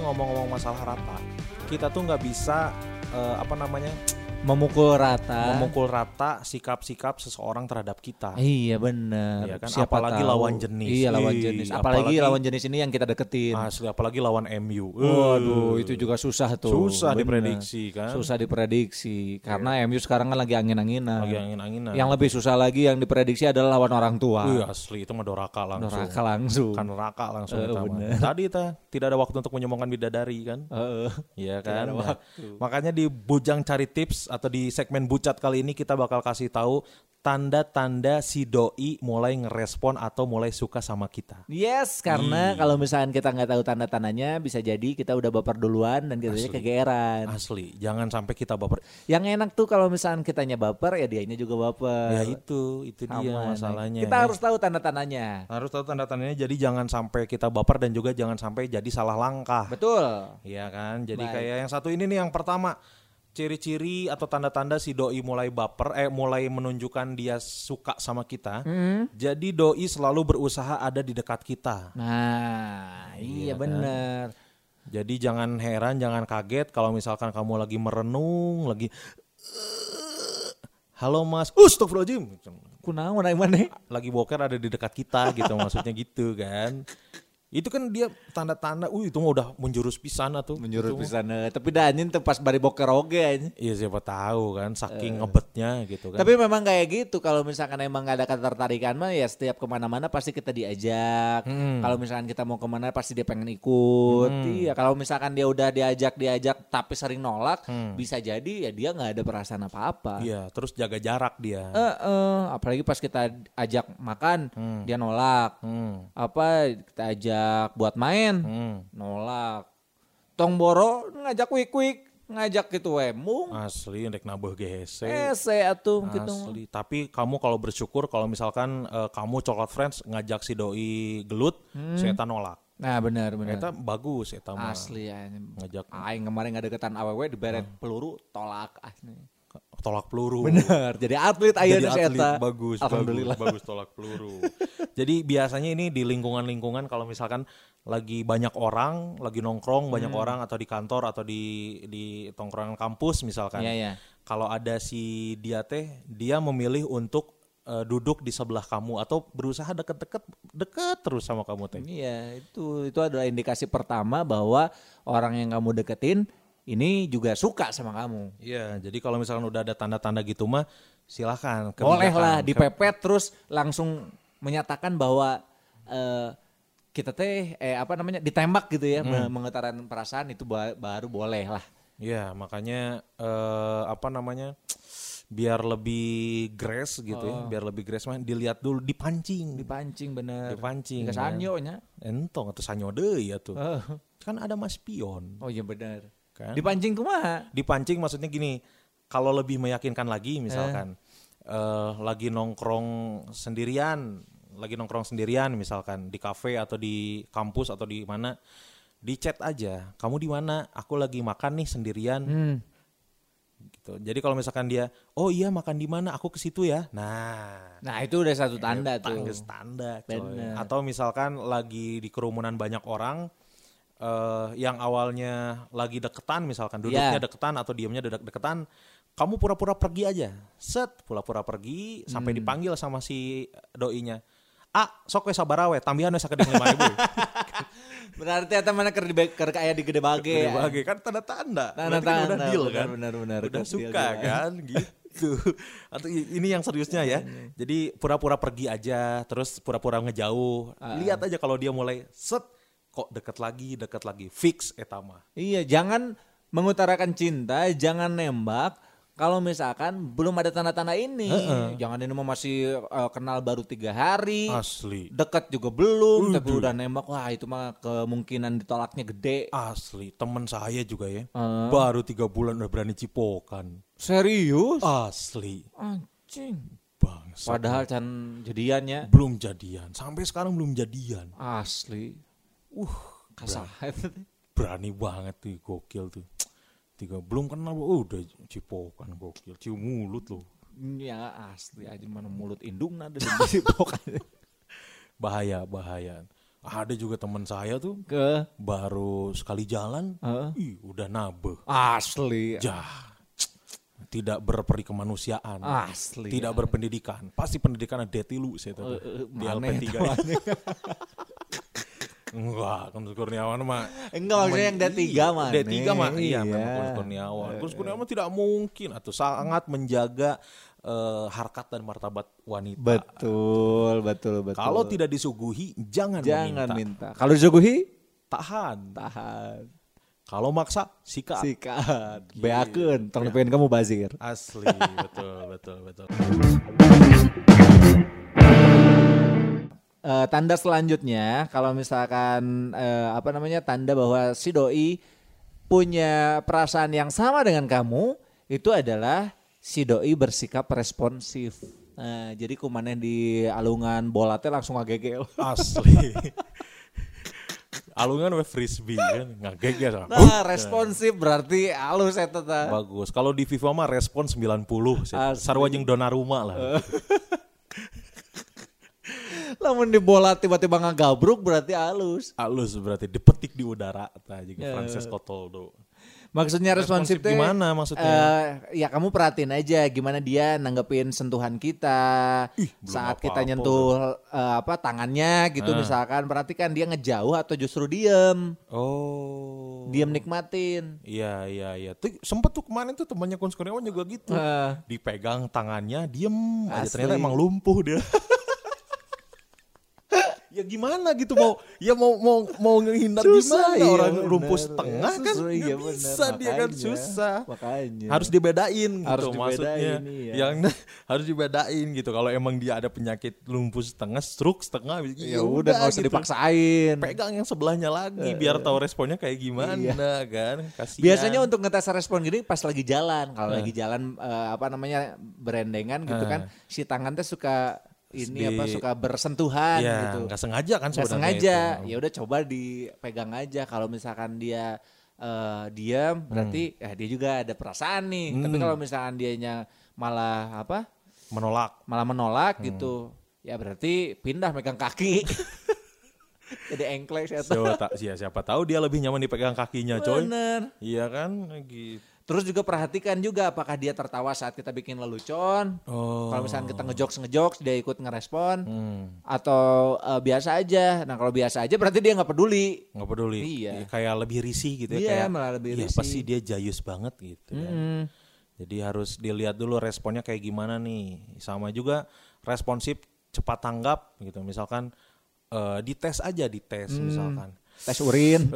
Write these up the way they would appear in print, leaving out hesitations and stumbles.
ngomong-ngomong masalah rata, kita tuh nggak bisa memukul rata sikap-sikap seseorang terhadap kita. Iya benar. Iya kan? Siapa Apalagi tahu. lawan jenis. Iya lawan jenis. Apalagi lawan jenis ini yang kita deketin. Asli, apalagi lawan MU. Waduh, itu juga susah tuh. Susah Bener. diprediksi kan. Susah diprediksi karena MU sekarang kan lagi angin-anginan. Yang lebih susah lagi yang diprediksi adalah lawan orang tua. Asli, itu mah doraka langsung. Kan neraka langsung. Tadi tidak ada waktu untuk menyombongkan bidadari kan. Iya kan. Nah, makanya di Bujang Cari Tips atau di segmen Bucat kali ini kita bakal kasih tahu tanda-tanda si doi mulai ngerespon atau mulai suka sama kita. Yes, karena kalau misalkan kita nggak tahu tanda-tandanya bisa jadi kita udah baper duluan dan kitanya kegeeran. Asli, jangan sampai kita baper. Yang enak tuh kalau misalkan kitanya baper ya dianya juga baper. Ya itu dia masalahnya. Kita harus tahu tanda-tandanya. Harus tahu tanda-tandanya, jadi jangan sampai kita baper dan juga jangan sampai jadi salah langkah. Betul. Iya kan? Jadi kayak yang satu ini nih, yang pertama, ciri-ciri atau tanda-tanda si doi mulai baper, mulai menunjukkan dia suka sama kita. Jadi doi selalu berusaha ada di dekat kita. Nah, iya benar. Jadi jangan heran, jangan kaget kalau misalkan kamu lagi merenung, lagi halo mas, astagfirullahaladzim, kunaon mana? Lagi boker ada di dekat kita gitu, maksudnya gitu kan. Itu kan dia tanda-tanda, itu mah udah menjurus pisan atuh. Menjurus pisan, tapi danyin tuh pas bari boker oge aja. Iya siapa tahu kan, saking ngebetnya gitu kan. Tapi memang kayak gitu, kalau misalkan emang gak ada ketertarikan mah ya setiap kemana-mana pasti kita diajak. Kalau misalkan kita mau kemana pasti dia pengen ikut. Iya, kalau misalkan dia udah diajak tapi sering nolak, bisa jadi ya dia gak ada perasaan apa-apa. Iya, terus jaga jarak dia. Apalagi pas kita ajak makan, dia nolak. Kita ajak buat main, nolak. Tong boro ngajak wik-wik, ngajak gitu mung. Asli rek nabeuh ge hese atuh gitu. Asli, tapi kamu kalau bersyukur kalau misalkan kamu Coklat Friends ngajak si doi gelut, si eta nolak. Nah benar. Eta bagus eta mah. Asli ya. Ngajak aing kemarin ngadeketan awewe diberet peluru tolak asli. Tolak peluru. Bener, jadi atlet ayeuna si eta. Bagus, bagus tolak peluru. Jadi biasanya ini di lingkungan-lingkungan kalau misalkan lagi banyak orang, lagi nongkrong banyak orang atau di kantor atau di tongkrongan kampus misalkan. Iya. Kalau ada si dia memilih untuk duduk di sebelah kamu atau berusaha dekat terus sama kamu teh. Iya, itu adalah indikasi pertama bahwa orang yang kamu deketin ini juga suka sama kamu. Iya, jadi kalau misalkan udah ada tanda-tanda gitu mah silakan. Boleh lah dipepet terus langsung menyatakan bahwa kita ditembak gitu ya, mengutarakan perasaan itu baru boleh lah. Iya, makanya biar lebih grace gitu ya, biar lebih grace mah dilihat dulu, dipancing bener. Dipancing. Sanyo nya. Entong atau sanyo deui atuh. Kan ada mas pion. Oh iya benar. Kan? Dipancing kumaha? Dipancing maksudnya gini, kalau lebih meyakinkan lagi misalkan lagi nongkrong sendirian misalkan di kafe atau di kampus atau di mana, di chat aja, kamu di mana? Aku lagi makan nih sendirian. Gitu. Jadi kalau misalkan dia, oh iya makan di mana? Aku ke situ ya. Nah itu udah satu tanda tuh. Tanda coy. Atau misalkan lagi di kerumunan banyak orang, yang awalnya lagi deketan misalkan, duduknya deketan atau diamnya deketan, kamu pura-pura pergi aja. Pura-pura pergi sampai dipanggil sama si doinya. Sok we sabaraha we, tambihan we sakedik 5.000. Berarti eta mana keur aya di gede bage. Gede bage kan tanda-tanda. Berarti kan udah deal kan. Benar. Udah suka kan gitu. Atau ini yang seriusnya ya. Jadi pura-pura pergi aja, terus pura-pura ngejauh. Lihat aja kalau dia mulai kok deket lagi, fix eta mah. Iya, jangan mengutarakan cinta, jangan nembak kalau misalkan belum ada tanda-tanda ini. Jangan ini masih kenal baru 3 hari. Asli. Dekat juga belum, tapi udah nembak. Wah, itu mah kemungkinan ditolaknya gede. Asli, temen saya juga ya. Baru 3 bulan udah berani cipokan. Serius? Asli. Anjing. Bangsa. Padahal can jadiannya belum jadian. Sampai sekarang belum jadian. Asli. Kasar. Berani banget tuh, gokil tuh. 3 belum kenal udah cipokan, gokil. Cium mulut loh. Ya asli aja, mana mulut indung ada di cipokan. Bahaya. Ada juga teman saya tuh Ke baru sekali jalan, udah nabe. asli. Tidak berperi kemanusiaan, Asli. tidak berpendidikan. Pasti pendidikannya detilu saya tahu. Di LP3. Enggak, Kunz Kurniawan mah. Enggak maksudnya yang D3 mah. D3 mah iya memang Kunz Kurniawan. Kunz Kurniawan tidak mungkin atau sangat menjaga harkat dan martabat wanita. Betul. Kalau tidak disuguhi jangan minta. Kalau disuguhi tahan. Kalau maksa sikat. Beakeun, tong nepiin kamu bazir. Asli, betul. Tanda selanjutnya kalau misalkan tanda bahwa si doi punya perasaan yang sama dengan kamu itu adalah si doi bersikap responsif. Nah, jadi kumaneh di alungan bola teh langsung ngagegel. Asli. Alungan we frisbee kan ngagegel. Nah, responsif berarti halus eta teh. Bagus. Kalau di FIFA mah respon 90. Sarua jeung Donnarumma lah. Lamun di bola tiba-tiba ngagabruk berarti halus. Halus berarti dipetik di udara tah jeung Francesco Toldo. Maksudnya responsif teh gimana maksudnya? Ya kamu perhatiin aja gimana dia nanggepin sentuhan kita saat kita nyentuh tangannya gitu misalkan. Perhatikan dia ngejauh atau justru diem. Oh. Diem nikmatin. Iya. Tuh sempet tuh kemarin tuh temannya Kunz Kurniawan juga gitu. Dipegang tangannya diem aja ternyata emang lumpuh dia. Ya gimana gitu mau ngehindar susah, gimana iya, orang bener. lumpuh setengah kan Iya, bisa bener. dia kan susah. Makanya. Harus dibedain Harus gitu dibedain, maksudnya. iya. Yang harus dibedain gitu. Kalau emang dia ada penyakit lumpuh setengah, stroke setengah, ya udah nggak usah gitu. dipaksain. Pegang yang sebelahnya lagi biar tahu responnya kayak gimana kan. Kasian. Biasanya untuk ngetes respon gini pas lagi jalan. Kalau lagi jalan berendengan gitu kan, si tangan teh suka suka bersentuhan gitu. Nggak sengaja kan Nggak sebenarnya. sengaja. Ya udah coba dipegang aja. Kalau misalkan dia diam berarti dia juga ada perasaan nih. Tapi kalau misalkan dianya malah menolak gitu. Ya berarti pindah megang kaki. Jadi engklek Siapa tahu dia lebih nyaman dipegang kakinya, coy. Bener. Iya kan gitu. Terus juga perhatikan juga apakah dia tertawa saat kita bikin lelucon. Kalau misalnya kita ngejokes dia ikut ngerespon. Atau biasa aja. Nah kalau biasa aja berarti dia nggak peduli. Nggak peduli. Iya. Kayak lebih risih gitu ya. Iya, kayak malah lebih risih. Pasti dia jayus banget gitu kan. Jadi harus dilihat dulu responnya kayak gimana nih. Sama juga responsif cepat tanggap gitu. Misalkan dites misalkan. Tes urin.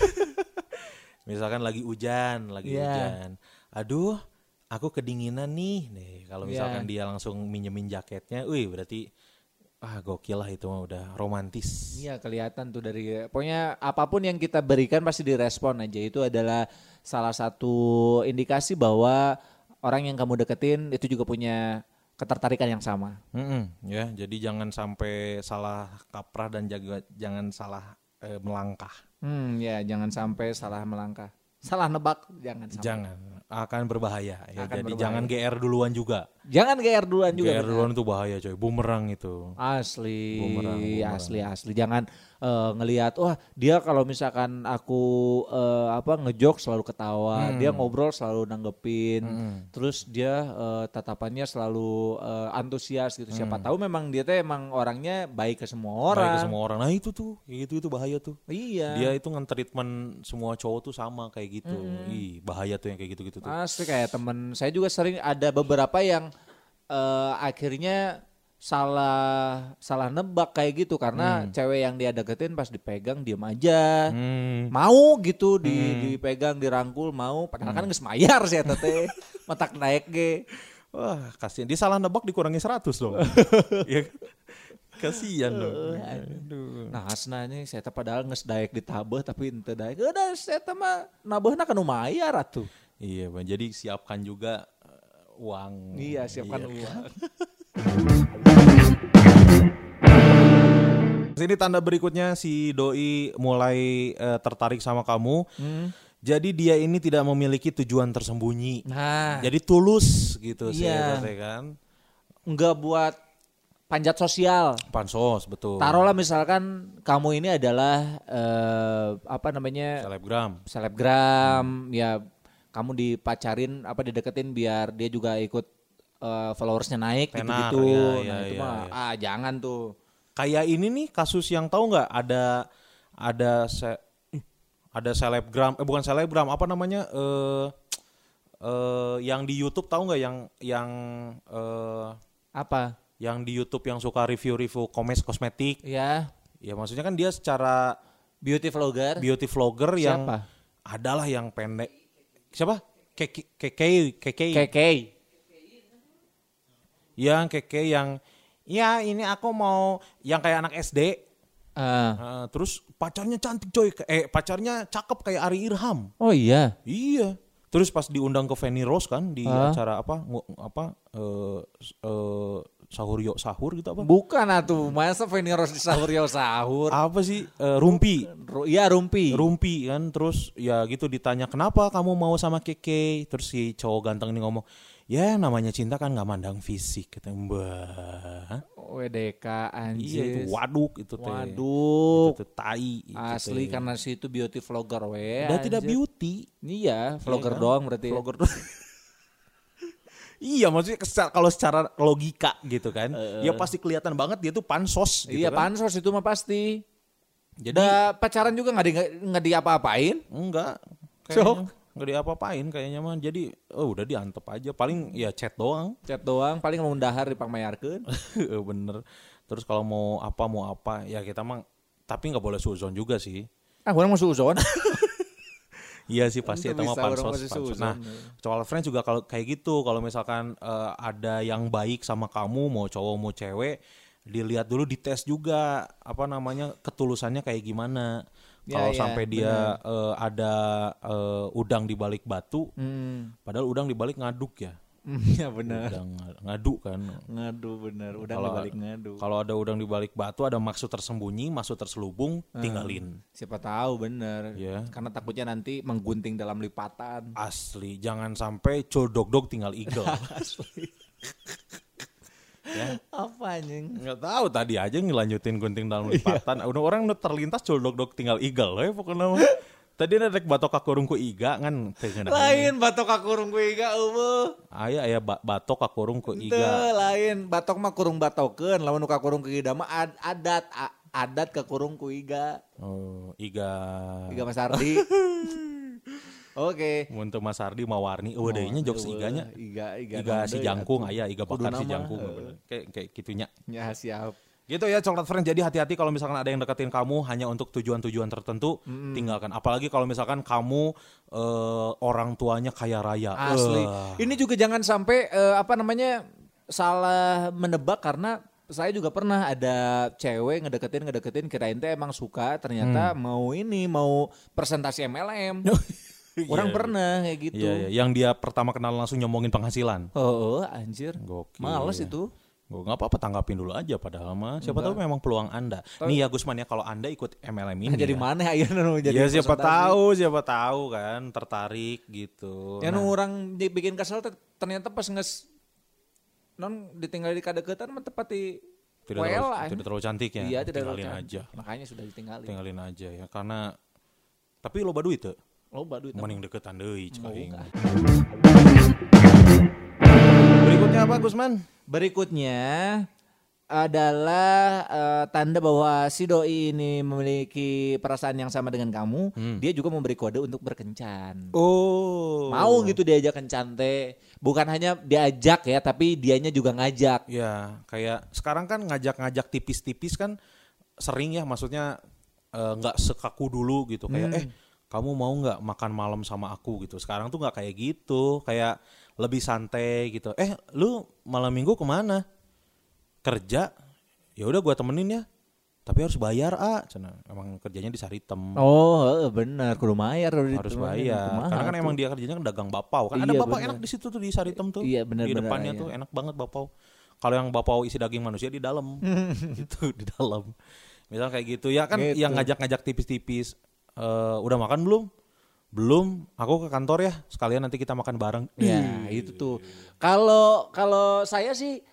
Misalkan lagi hujan. Aduh, aku kedinginan nih. Kalau misalkan dia langsung minjemin jaketnya, berarti gokil lah itu mah udah romantis. Iya, kelihatan tuh dari pokoknya apapun yang kita berikan pasti direspon aja. Itu adalah salah satu indikasi bahwa orang yang kamu deketin itu juga punya ketertarikan yang sama. Ya, jadi jangan sampai salah kaprah dan jangan salah melangkah. Jangan sampai salah melangkah. Salah nebak jangan sampai. Jangan, akan berbahaya ya. Akan Jadi berbahaya. jangan GR duluan juga. Jangan GR duluan juga. GR duluan itu bahaya coy, bumerang itu. Asli. Bumerang. Asli. Jangan ngelihat dia kalau misalkan aku ngejok selalu ketawa, dia ngobrol selalu nanggepin, terus dia tatapannya selalu antusias gitu. Siapa tahu memang dia tuh emang orangnya baik ke semua orang. Baik ke semua orang. Nah itu tuh, itu bahaya tuh. Iya. Dia itu nge-treatment semua cowok tuh sama kayak gitu. Bahaya tuh yang kayak gitu-gitu tuh. Asli kayak temen saya juga sering ada beberapa yang akhirnya salah nebak kayak gitu karena cewek yang dia deketin pas dipegang diem aja, mau gitu dipegang dirangkul mau, padahal kan geus mayar sih eta teh, matak naik ge. Wah kasihan, dia salah nebak dikurangi 100 dong. Iya, kasihan dong. Aduh. Nah asnanya saya padahal geus daek ditabeh tapi henteu daek, udah saya mah nabehna kan mayar atuh. Iya Bang, jadi siapkan juga uang. Iya siapkan uang. Ini tanda berikutnya si doi mulai tertarik sama kamu. Jadi dia ini tidak memiliki tujuan tersembunyi. Nah, jadi tulus gitu sih iya. kan. Enggak buat panjat sosial. Pansos, betul. Taruhlah misalkan kamu ini adalah selebgram, ya kamu dipacarin dideketin biar dia juga ikut followersnya naik Tenar, gitu-gitu. ya, Nah itu ya, mah ya. jangan tuh. Kayak ini nih kasus yang tahu nggak ada selebgram, bukan selebgram, apa namanya, yang di YouTube tahu nggak yang Apa? yang di YouTube yang suka review-review kosmetik. Ya. Ya maksudnya kan dia secara Beauty vlogger. yang Siapa? adalah yang pendek. Siapa? KK. KK. Yang KK yang ya ini aku mau yang kayak anak SD. Terus pacarnya cantik coy. Pacarnya cakep kayak Ari Irham. Oh iya. Iya. Terus pas diundang ke Feni Rose kan di acara sahur gitu apa? Bukan atuh, masa Feni Rose di sahur. Apa sih? Rumpi. Iya Rumpi. Rumpi kan, terus ya gitu ditanya kenapa kamu mau sama Keke, terus si cowok ganteng ini ngomong, ya namanya cinta kan nggak mandang fisik, kata Mbah. WDK anjir. Iya itu waduk itu teh. Waduk. Itu tai. Asli karena si itu beauty vlogger Dan tidak beauty. Iya, vlogger kan? doang berarti. Vlogger doang. Iya maksudnya kalau secara logika gitu kan, ya pasti kelihatan banget dia tuh pansos gitu Iya kan. pansos itu mah pasti. Jadi pacaran juga nggak diapa-apain. Enggak. Kayaknya nggak diapa-apain kayaknya mah. Jadi udah diantep aja. Paling ya chat doang. Chat doang, paling mau dahar dipangmayarkeun. Bener. Terus kalau mau apa ya kita mah, tapi nggak boleh suzon juga sih. Orang mau suzon. Iya sih pasti itu mah pansos. Nah, soal friends juga kalau kayak gitu, kalau misalkan ada yang baik sama kamu, mau cowok mau cewek, dilihat dulu, dites juga apa namanya ketulusannya kayak gimana. Kalau sampai dia ada udang di balik batu, padahal udang di balik ngaduk ya. Iya benar. Udang ngadu kan. Ngadu bener, udang di balik ngadu. Kalau ada udang di balik batu, ada maksud tersembunyi, maksud terselubung, tinggalin. Siapa tahu bener. Ya. Karena takutnya nanti menggunting dalam lipatan. Asli, jangan sampai codog-dog tinggal eagle. Asli. Ya. Apa anjing? Nggak tahu, tadi aja ngelanjutin gunting dalam lipatan. Udah orang udah terlintas codog-dog tinggal eagle ya pokoknya. Tadi ada batok kakurung ku iga kan. Lain batok kakurung ku iga Aya batok kakurung ku iga. Lain batok mah kurung batokeun, lamun nu kakurung ku iga mah adat kakurung ku iga. Oh, iga Mas Ardi. Oke. Untuk Mas Ardi Mawarni, deunya jokes iganya. Iga si jangkung aya, iga bakar si jangkung. Kayak gitunya. Ya siap. Gitu ya Coklat Friends, jadi hati-hati kalau misalkan ada yang deketin kamu hanya untuk tujuan-tujuan tertentu, tinggalkan. Apalagi kalau misalkan kamu orang tuanya kaya raya. Asli. Ini juga jangan sampai salah menebak, karena saya juga pernah ada cewek ngedeketin kirain teh emang suka, ternyata mau presentasi MLM. Orang pernah kayak gitu. Iya, yang dia pertama kenal langsung nyomongin penghasilan. Oh, anjir. Gokil. Males itu. Nggak apa-apa, tanggapin dulu aja padahal mah. Siapa tahu memang peluang Anda. Nih ya Gusman ya, kalau Anda ikut MLM ini. Jadi mana ayeuna jadi. Ya siapa tahu kan tertarik gitu. Ya orang dibikin kesel ternyata pas ditinggal di kadeketan mah tepat di tidak terlalu cantik ya. Iya, tidak tinggalin terlalu aja. Makanya sudah ditinggalin. Tinggalin aja ya, karena tapi loba duit tuh. Loba duit. Mending deketan deui cing. Berikutnya apa Gusman? Berikutnya adalah tanda bahwa si doi ini memiliki perasaan yang sama dengan kamu. Dia juga memberi kode untuk berkencan. Oh. Mau gitu diajak kencan teh. Bukan hanya diajak ya, tapi dianya juga ngajak. Ya, kayak sekarang kan ngajak-ngajak tipis-tipis kan sering ya, maksudnya nggak sekaku dulu gitu. Kayak kamu mau nggak makan malam sama aku gitu. Sekarang tuh nggak kayak gitu, kayak lebih santai gitu. Lu malam minggu kemana? Kerja? Ya udah gue temenin ya. Tapi harus bayar Cina. Emang kerjanya di Saritem. Oh benar, kudu bayar. Harus bayar. Karena kan emang dia kerjanya kan dagang bapau. Kan ada bapau enak di situ tuh di Saritem tuh. Iya benar. Di depannya tuh enak banget bapau. Kalau yang bapau isi daging manusia di dalam. Itu di dalam. Misal kayak gitu ya kan, gitu. Yang ngajak-ngajak tipis-tipis. Udah makan belum? Belum, aku ke kantor ya. Sekalian nanti kita makan bareng. Ya, itu tuh. Kalau saya sih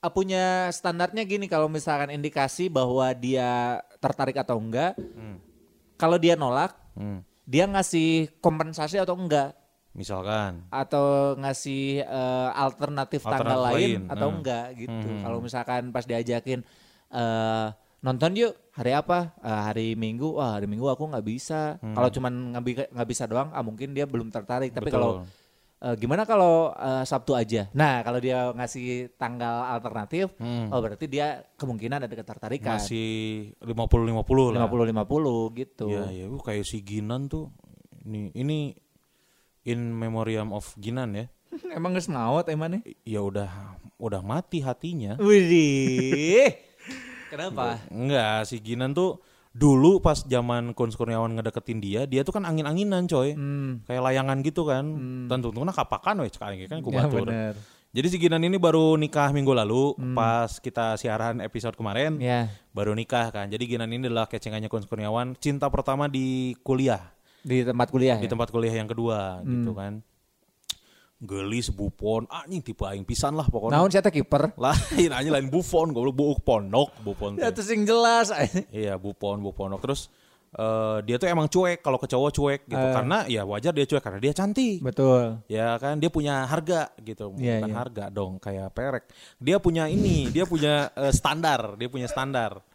punya standarnya gini, kalau misalkan indikasi bahwa dia tertarik atau enggak. Kalau dia nolak, dia ngasih kompensasi atau enggak? Misalkan. Atau ngasih alternatif tanggal lain atau enggak gitu. Kalau misalkan pas diajakin nonton yuk, hari apa? Hari Minggu. Wah, hari Minggu aku nggak bisa. Kalau cuman nggak bisa doang, mungkin dia belum tertarik. Tapi kalau gimana kalau Sabtu aja? Nah, kalau dia ngasih tanggal alternatif, berarti dia kemungkinan ada ketertarikan. Masih 50-50 lah. 50-50 gitu. Iya, kayak si Ginan tuh. Ini in memoriam of Ginan ya. Emang geus maot emang nih? Ya udah mati hatinya. Widih. Kenapa? Enggak, si Ginan tuh dulu pas zaman Kun Kurniawan ngedeketin dia tuh kan angin-anginan coy. Kayak layangan gitu kan. Tentu-tentunya kapakan weh cekali kan kubatur. Ya, jadi si Ginan ini baru nikah minggu lalu pas kita siaran episode kemarin. Ya. Baru nikah kan. Jadi Ginan ini adalah kecengannya Kun Kurniawan, cinta pertama di kuliah. Di tempat kuliah Di tempat kuliah yang kedua gitu kan. Gelis Buffon anjing tipe aing pisan lah pokoknya. Naon sia teh kiper? Lain Buffon goblok buuk pondok Buffon. Ya terus yang jelas. Iya Buffon terus dia tuh emang cuek kalau ke cowok cuek gitu karena ya wajar dia cuek karena dia cantik. Betul. Ya kan dia punya harga gitu. Bukan harga dong kayak perek. Dia punya standar, dia punya standar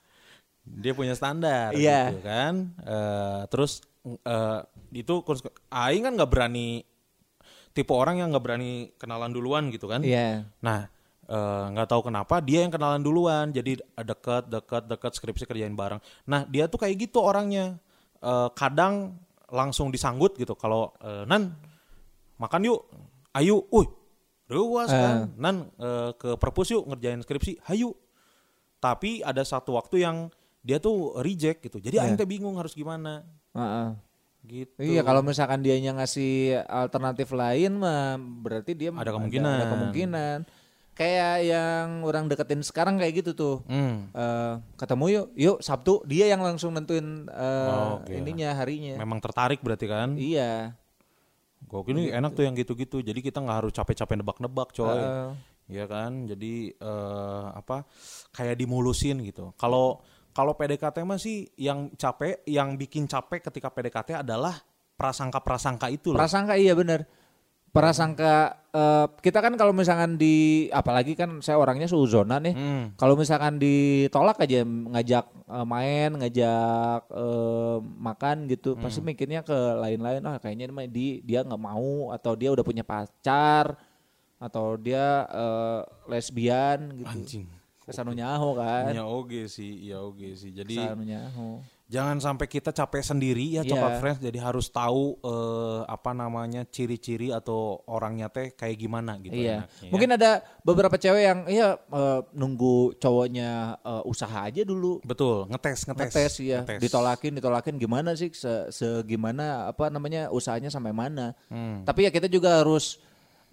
Iya. gitu kan. Terus itu aing kan nggak berani, tipe orang yang nggak berani kenalan duluan gitu kan. Iya. Nah nggak tahu kenapa dia yang kenalan duluan, jadi deket skripsi kerjain bareng. Nah dia tuh kayak gitu orangnya, kadang langsung disanggut gitu kalau Nan makan yuk, ayo, ruas kan, Nan ke perpus yuk ngerjain skripsi, hayu. Tapi ada satu waktu yang dia tuh reject gitu, jadi aing teh bingung harus gimana. Gitu. Iya, kalau misalkan dianya ngasih alternatif lain mah berarti dia ada kemungkinan. Kayak yang orang deketin sekarang kayak gitu tuh. Ketemu yuk Sabtu, dia yang langsung nentuin ininya harinya. Memang tertarik berarti kan? Iya. Gokil ini enak tuh yang gitu-gitu. Jadi kita nggak harus capek-capek nebak-nebak coy. Iya kan? Jadi kayak dimulusin gitu. Kalau PDKT mah sih yang bikin capek ketika PDKT adalah prasangka-prasangka itu loh. Prasangka iya benar. Prasangka kita kan kalau misalkan apalagi kan saya orangnya suudzona nih. Kalau misalkan ditolak aja ngajak main, ngajak makan gitu, pasti mikirnya ke lain-lain. Kayaknya dia nggak mau, atau dia udah punya pacar, atau dia lesbian gitu. Anjing. Kesanu nyaho kan. Ya oge sih. Jadi kesanu nyaho. Jangan sampai kita capek sendiri ya Coklat Friends. Jadi harus tahu ciri-ciri atau orangnya teh kayak gimana gitu. Iya. Enaknya, mungkin ada beberapa cewek yang nunggu cowoknya usaha aja dulu. Betul, ngetes ya. Ditolakin gimana sih segimana usahanya sampai mana. Tapi ya kita juga harus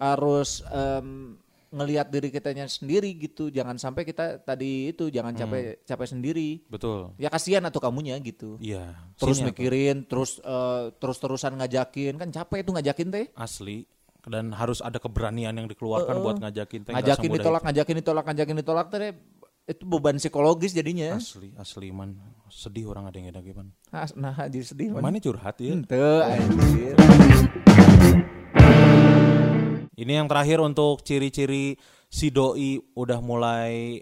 ngelihat diri kitanya sendiri gitu, jangan sampai kita jangan capek sendiri. Betul. Ya kasihan atau kamunya gitu. Iya. Terus mikirin, terus-terusan ngajakin, kan capek itu ngajakin teh. Asli. Dan harus ada keberanian yang dikeluarkan buat ngajakin teh. Ngajakin ditolak teh itu beban psikologis jadinya. Asli man. Sedih orang ada yang gimana. Nah, jadi sedih man. Mana curhat ya? Henteu anjir. Ini yang terakhir untuk ciri-ciri si doi udah mulai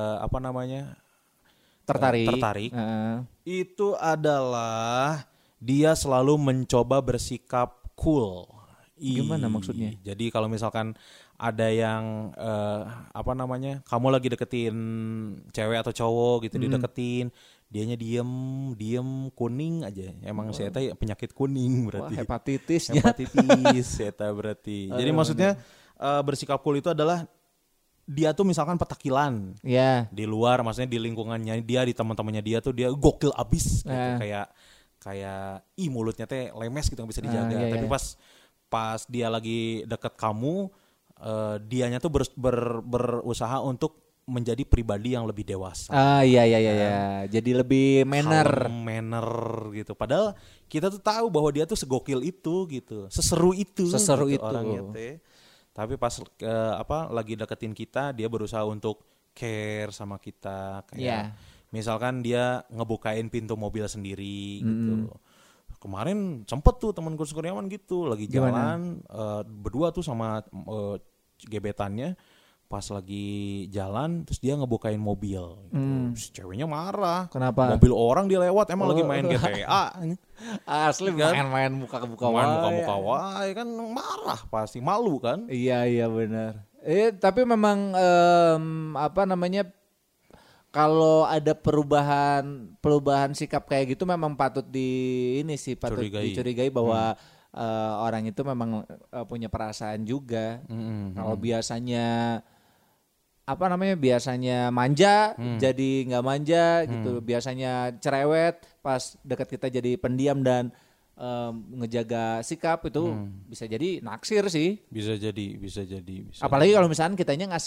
tertarik. Itu adalah dia selalu mencoba bersikap cool. Gimana maksudnya? Jadi kalau misalkan ada yang kamu lagi deketin cewek atau cowok gitu, dideketin, dianya diem kuning aja. Emang saya tahu penyakit kuning berarti. Wah, hepatitis eta berarti. Jadi maksudnya bersikap cool itu adalah dia tuh misalkan petakilan. Iya. Di luar, maksudnya di lingkungannya dia, di teman-temannya dia tuh dia gokil abis gitu. Kayak mulutnya teh lemes gitu, nggak bisa dijaga. Tapi pas dia lagi deket kamu, dianya tuh berusaha untuk menjadi pribadi yang lebih dewasa. Iya. Jadi lebih manner gitu. Padahal kita tuh tahu bahwa dia tuh segokil itu gitu. Seseru itu orangnya teh. Tapi pas lagi deketin kita, dia berusaha untuk care sama kita kayak Iya. misalkan dia ngebukain pintu mobil sendiri gitu. Kemarin sempet tuh temen Kurniawan gitu lagi jalan berdua tuh sama gebetannya pas lagi jalan terus dia ngebukain mobil gitu. Terus ceweknya marah. Kenapa? Mobil orang dia lewat emang lagi main GTA. Asli Kan? main muka ke muka Main wae. muka-muka wae kan marah pasti malu kan. Iya benar. Tapi memang apa namanya kalau ada perubahan sikap kayak gitu memang patut dicurigai bahwa orang itu memang punya perasaan juga. Kalau biasanya apa namanya biasanya manja jadi nggak manja gitu, biasanya cerewet pas dekat kita jadi pendiam dan ngejaga sikap itu bisa jadi naksir sih. Bisa jadi. Apalagi kalau misalnya kitanya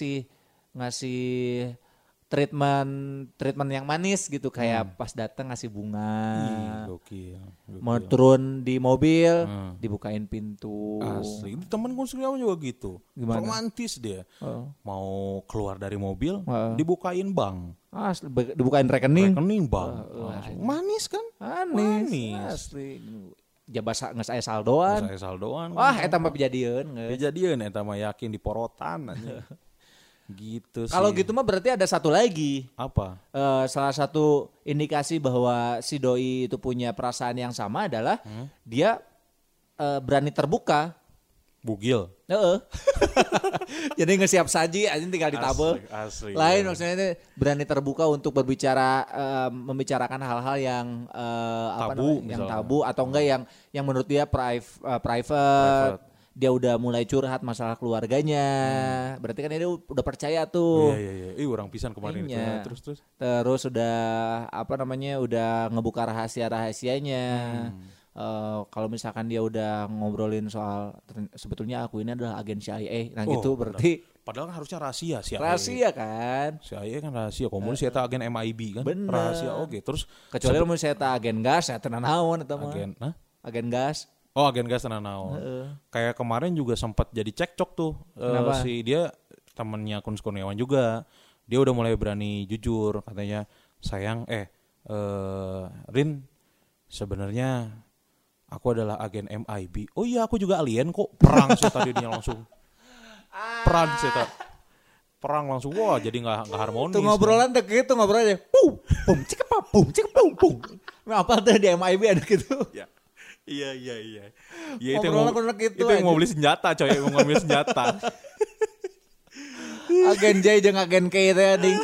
ngasih treatment yang manis gitu kayak pas datang ngasih bunga. Gokil. Mau turun di mobil dibukain pintu. Asli. Itu temen Kurniawan juga gitu. Gimana? Romantis dia. Mau keluar dari mobil dibukain bank. Asli dibukain rekening Bank. Langsung. Manis kan? manis. Asli. Jabasa nges aya saldoan. Saya saldoan. Wah, eta mah kejadian. Kejadian eta mah yakin diporotan aja. Gitu sih. Kalau gitu mah berarti ada satu lagi. Apa? Salah satu indikasi bahwa si doi itu punya perasaan yang sama adalah dia berani terbuka. Bugil. Jadi ngesiap saji aja tinggal ditabel. Asli. Lain maksudnya itu berani terbuka untuk berbicara membicarakan hal-hal yang Tabu, yang misalnya. tabu atau enggak yang menurut dia private. Dia udah mulai curhat masalah keluarganya. Berarti kan dia udah percaya tuh. Iya. Orang pisan kemarin itu. Iya. Terus. Udah udah ngebuka rahasia-rahasianya. Kalau misalkan dia udah ngobrolin soal sebetulnya aku ini adalah agen CIA. Nah gitu berarti Padahal kan harusnya rahasia CIA. rahasia kan. CIA kan rahasia. Komunis eta agen MIB kan. Bener. Rahasia oke. Terus Kecuali kalau saya agen gas, saya tenan naon eta mah. Agen gas. Oh agen gas tenan naon. Kayak kemarin juga sempat jadi cekcok tuh. Si dia temennya Kurniawan juga. Dia udah mulai berani jujur katanya sayang Rin sebenarnya aku adalah agen MIB. Oh iya aku juga alien kok. Perang sih tadi dia langsung. Perang langsung wah jadi nggak harmonis. Tuh ngobrolan deh gitu ngobrolnya. Pum pum. Apa tuh di MIB ada gitu. Iya. Ya, itu yang mau beli senjata coy, mau ngambil senjata. Agen J jeung agen K teh ding.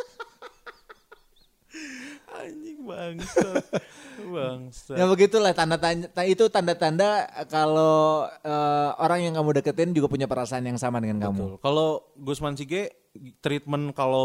Anjing bangsa. Ya begitulah tanda-tanda kalau orang yang kamu deketin juga punya perasaan yang sama dengan kamu. Kalau Gusman Sige treatment kalau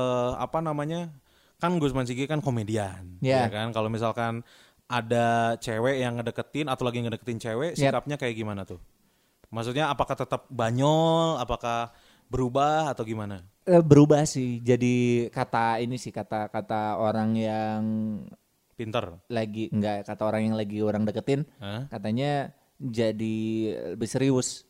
kan Gusman Sige kan komedian, ya kan. Kalau misalkan ada cewek yang ngedeketin atau lagi ngedeketin cewek, sikapnya kayak gimana tuh? Maksudnya apakah tetap banyol, apakah berubah atau gimana? Berubah sih. Jadi kata orang yang pinter. Kata orang yang lagi orang deketin, katanya jadi lebih serius.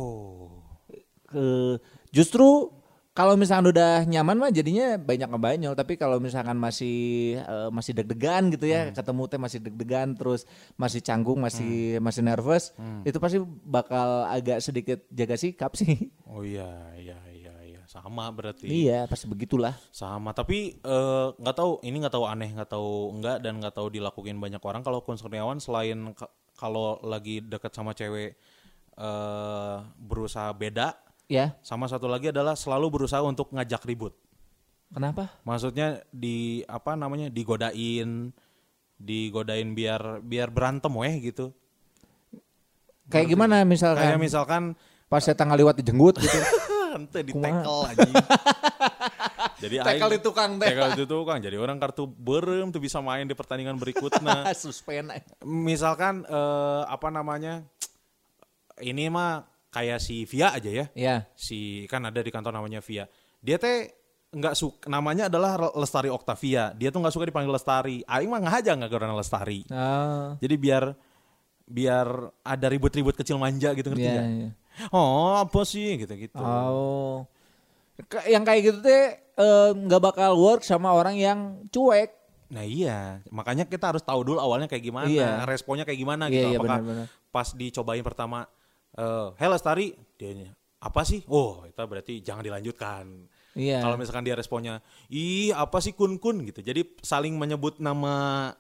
Justru kalau misalkan udah nyaman mah jadinya banyak ngebanyol, tapi kalau misalkan masih deg-degan gitu ya, ketemu teh masih deg-degan terus masih canggung, masih nervous, itu pasti bakal agak sedikit jaga sikap sih. Oh iya. Sama berarti. Iya, pasti begitulah. Sama, tapi nggak tahu aneh, nggak tahu enggak dan nggak tahu dilakuin banyak orang. Kalau Kurniawan selain kalau lagi dekat sama cewek berusaha beda. Ya. Sama satu lagi adalah selalu berusaha untuk ngajak ribut. Kenapa? Maksudnya digodain biar berantem gitu. Kayak gimana misalkan? Kayak misalkan pas saya tanggal lewat dijenggut gitu. Ente ditekel anjing. Jadi tekel di tukang teh. Tekel di tukang. Jadi orang kartu berem tuh bisa main di pertandingan berikutnya. Suspend. Misalkan ini mah kayak si Via aja ya. Iya. Si kan ada di kantor namanya Via. Dia teh nggak suka, namanya adalah Lestari Octavia. Dia tuh nggak suka dipanggil Lestari. Aing mah nggak aja nggak orang Lestari. Jadi biar ada ribut-ribut kecil manja gitu ngerti nggak? Iya. Oh apa sih gitu. Oh. Yang kayak gitu teh nggak bakal work sama orang yang cuek. Nah iya, makanya kita harus tahu dulu awalnya kayak gimana, responnya kayak gimana gitu. Iya, Apakah benar-benar. pas dicobain pertama, hey Lestari, dianya apa sih? Oh, itu berarti jangan dilanjutkan. Iya. Kalau misalkan dia responnya, ih apa sih kun-kun gitu. Jadi saling menyebut nama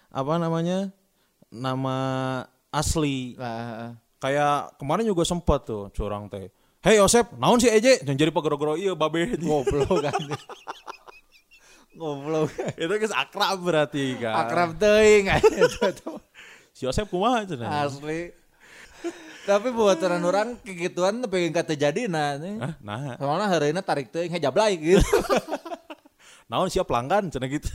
nama asli. Kayak kemarin juga sempat tuh curang teh. Hey Yosep, naon si Eje? Jangan jadi pagoro-goro iya babe. Goblok kan. Goblok. Itu kan akrab berarti kan. Akrab teuing Si Yosep kumaha cenah. asli. Tapi buat orang kegituan pengen kata jadi nah. Nah, Soalnya hareuna tarik teuing jablay gitu. naon siap pelanggan cenah gitu.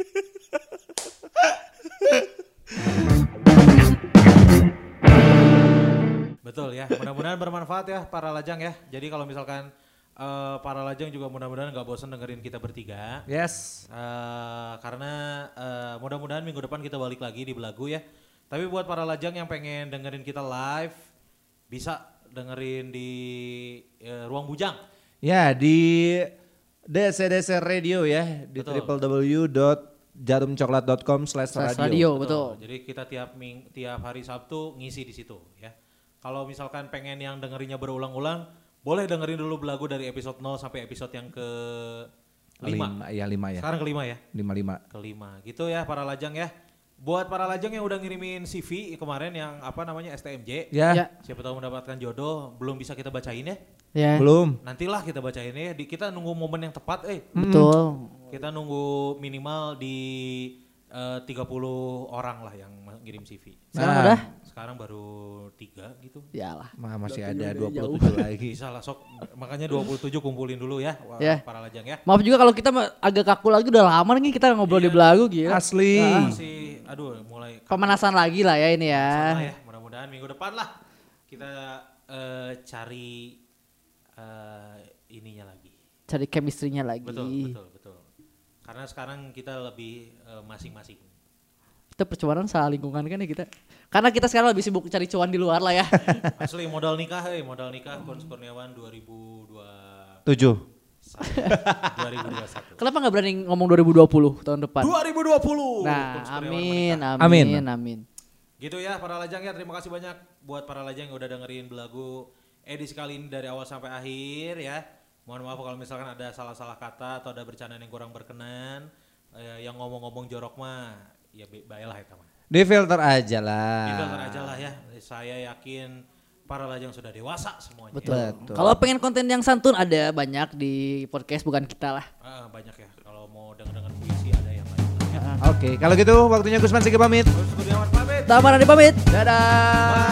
Betul ya, mudah-mudahan bermanfaat ya para lajang ya. Jadi kalau misalkan para lajang juga mudah-mudahan gak bosan dengerin kita bertiga. Yes. Karena mudah-mudahan minggu depan kita balik lagi di Belagu ya. Tapi buat para lajang yang pengen dengerin kita live, bisa dengerin di Ruang Bujang. Ya di DC Radio ya di www.jarumcoklat.com/radio. Betul. Jadi kita tiap hari Sabtu ngisi di situ ya. Kalau misalkan pengen yang dengerinnya berulang-ulang, boleh dengerin dulu Belagu dari episode 0 sampai episode yang ke-5. 5 ya. Sekarang ke-5 ya? 5. Ke-5. Gitu ya para lajang ya. Buat para lajang yang udah ngirimin CV kemarin yang STMJ. Ya. Siapa tahu mendapatkan jodoh, belum bisa kita bacain ya. Ya. Belum. Nantilah kita bacain ya. Kita nunggu momen yang tepat Betul. Kita nunggu minimal di 30 orang lah yang ngirim CV. Sekarang udah? Sekarang baru 3 gitu. Yalah. Masih ada 27 lagi. Bisa lah sok. Makanya 27 kumpulin dulu ya Ya. para lajang ya. Maaf juga kalau kita agak kaku lagi, udah lama nih kita ngobrol di Belagu gitu. Asli. Masih mulai Pemanasan lagi lah ya ini ya. sana ya. Mudah-mudahan minggu depan lah kita cari ininya lagi. Cari chemistry-nya lagi. Betul. Karena sekarang kita lebih masing-masing. Kita percuanan salah lingkungan kan ya kita. Karena kita sekarang lebih sibuk cari cuan di luar lah ya. Asli modal nikah Kons Kurniawan 2021. 7. Kenapa nggak berani ngomong 2020 tahun depan? 2020. Nah, Kons Kurniawan amin. menikah. Gitu ya para lajang ya, terima kasih banyak buat para lajang yang udah dengerin Belagu edisi kali ini dari awal sampai akhir ya. Mohon maaf kalau misalkan ada salah-salah kata atau ada bercandaan yang kurang berkenan. Yang ngomong-ngomong jorok mah ya baiklah itu mah. Di filter aja lah. Di filter aja lah ya. Saya yakin para lajang sudah dewasa semuanya. Betul. Ya. Kalau pengen konten yang santun ada banyak di podcast bukan kita lah. Banyak ya. Kalau mau denger puisi ada yang banyak. Ya. Oke, kalau gitu waktunya Gusman Sigi pamit. Kons Kurniawan pamit. Tamarani pamit. Dadah. Bye.